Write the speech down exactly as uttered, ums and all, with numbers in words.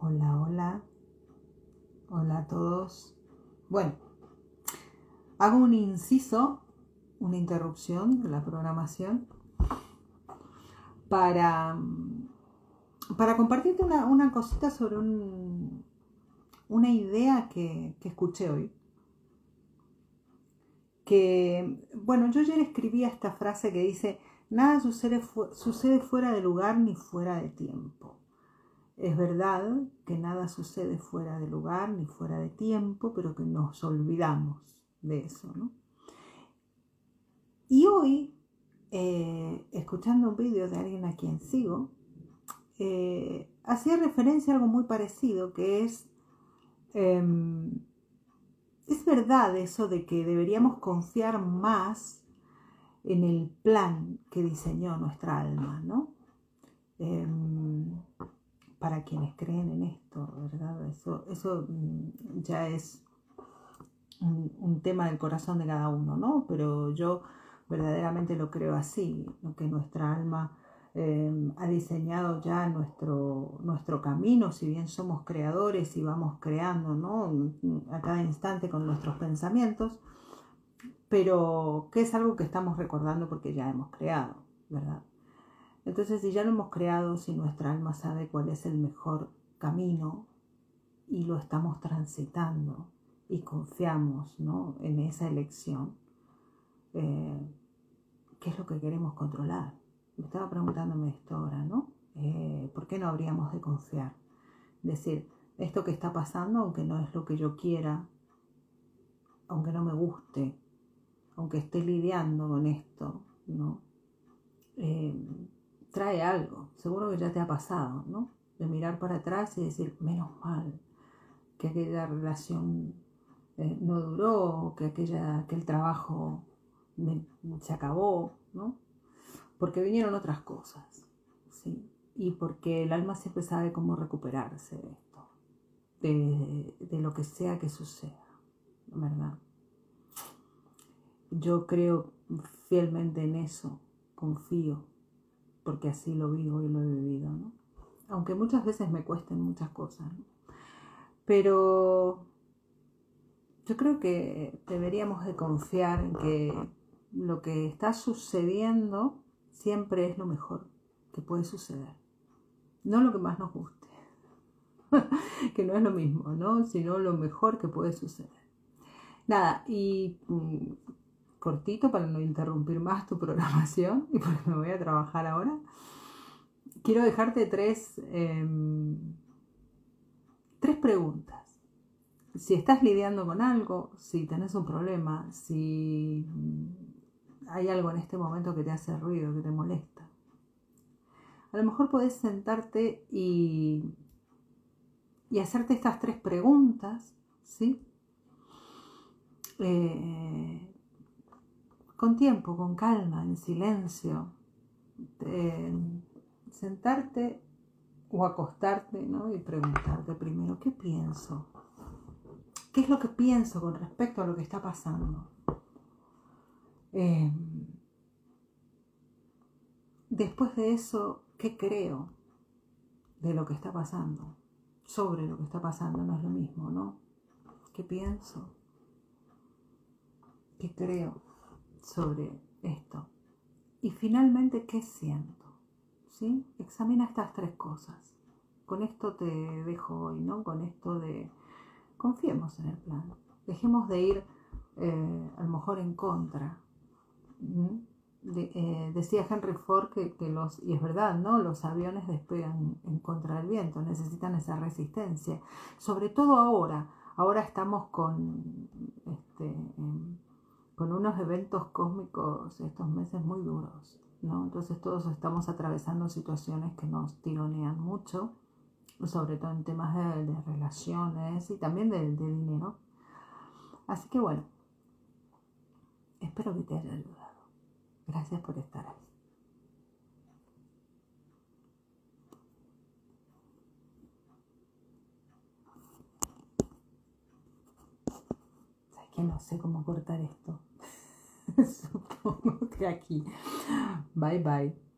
Hola, hola, hola a todos. Bueno, hago un inciso, una interrupción de la programación para, para compartirte una, una cosita sobre un, una idea que, que escuché hoy. Que, bueno, yo ayer escribía esta frase que dice, nada sucede, fu- sucede fuera de lugar ni fuera de tiempo. Es verdad que nada sucede fuera de lugar ni fuera de tiempo, pero que nos olvidamos de eso, ¿no? Y hoy, eh, escuchando un vídeo de alguien a quien sigo, eh, hacía referencia a algo muy parecido, que es, eh, es verdad eso de que deberíamos confiar más en el plan que diseñó nuestra alma, ¿no? Eh, para quienes creen en esto, ¿verdad? Eso, eso ya es un, un tema del corazón de cada uno, ¿no? Pero yo verdaderamente lo creo así, ¿no? Que nuestra alma eh, ha diseñado ya nuestro, nuestro camino, si bien somos creadores y vamos creando, ¿no? A cada instante con nuestros pensamientos, pero que es algo que estamos recordando porque ya hemos creado, ¿verdad? Entonces, si ya lo hemos creado, si nuestra alma sabe cuál es el mejor camino y lo estamos transitando y confiamos, ¿no?, en esa elección, eh, ¿qué es lo que queremos controlar? Me estaba preguntándome esto ahora, ¿no? Eh, ¿Por qué no habríamos de confiar? Decir, esto que está pasando, aunque no es lo que yo quiera, aunque no me guste, aunque esté lidiando con esto, ¿no? Eh, trae algo, seguro que ya te ha pasado, ¿no? De mirar para atrás y decir, menos mal que aquella relación eh, no duró, que aquella, aquel trabajo me, se acabó, ¿no? Porque vinieron otras cosas, ¿sí? Y porque el alma siempre sabe cómo recuperarse de esto, de, de lo que sea que suceda, ¿verdad? Yo creo fielmente en eso, confío, porque así lo vivo y lo he vivido, ¿no? Aunque muchas veces me cuesten muchas cosas, ¿no? Pero yo creo que deberíamos de confiar en que lo que está sucediendo siempre es lo mejor que puede suceder. No lo que más nos guste, que no es lo mismo, ¿no? Sino lo mejor que puede suceder. Nada, y mmm, cortito para no interrumpir más tu programación y porque me voy a trabajar ahora. Quiero dejarte tres, eh, tres preguntas. Si estás lidiando con algo, si tenés un problema, si hay algo en este momento que te hace ruido, que te molesta, a lo mejor podés sentarte y, y hacerte estas tres preguntas, ¿sí? Eh, con tiempo, con calma, en silencio. Eh, sentarte o acostarte, ¿no? Y preguntarte primero, ¿qué pienso? ¿Qué es lo que pienso con respecto a lo que está pasando? Eh, después de eso, ¿qué creo de lo que está pasando? Sobre lo que está pasando no es lo mismo, ¿no? ¿Qué pienso? ¿Qué creo sobre esto? Y finalmente, ¿qué siento? ¿Sí? Examina estas tres cosas. Con esto te dejo hoy, ¿no? Con esto de confiemos en el plan. Dejemos de ir eh, a lo mejor en contra. ¿Mm? De, eh, decía Henry Ford que, que los, y es verdad, ¿no? Los aviones despegan en contra del viento, necesitan esa resistencia. Sobre todo ahora. Ahora estamos con, este, eh, con unos eventos cósmicos estos meses muy duros, ¿no? Entonces todos estamos atravesando situaciones que nos tironean mucho, sobre todo en temas de, de relaciones y también de, de dinero. Así que bueno, espero que te haya ayudado. Gracias por estar ahí. Sabes que no sé cómo cortar esto. Supongo que aquí. Bye bye.